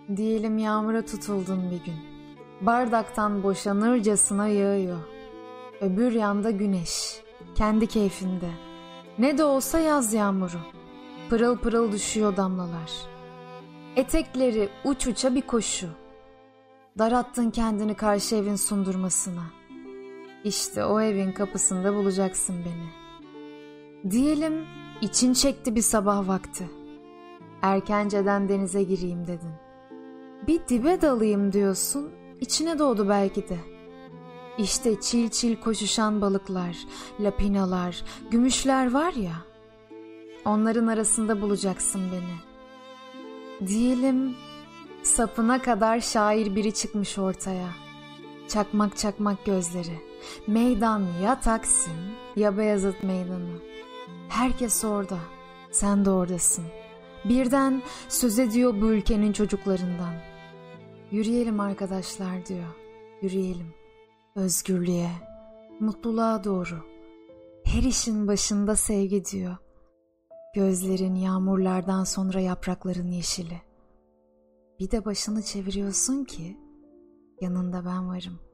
Diyelim yağmura tutuldun bir gün. Bardaktan boşanırcasına yağıyor. Öbür yanda güneş, kendi keyfinde. Ne de olsa yaz yağmuru. Pırıl pırıl düşüyor damlalar. Etekleri uç uça bir koşu. Darattın kendini karşı evin sundurmasına. İşte o evin kapısında bulacaksın beni. Diyelim için çekti bir sabah vakti. Erkenceden denize gireyim dedin. Bir dibe dalayım diyorsun, içine doğdu belki de. İşte çil çil koşuşan balıklar, lapinalar, gümüşler var ya. Onların arasında bulacaksın beni. Diyelim sapına kadar şair biri çıkmış ortaya. Çakmak çakmak gözleri. Meydan ya Taksim ya Beyazıt Meydanı. Herkes orada, sen de oradasın. Birden söz ediyor bu ülkenin çocuklarından. Yürüyelim arkadaşlar diyor, yürüyelim. Özgürlüğe, mutluluğa doğru. Her işin başında sevgi diyor. Gözlerin yağmurlardan sonra yaprakların yeşili. Bir de başını çeviriyorsun ki yanında ben varım.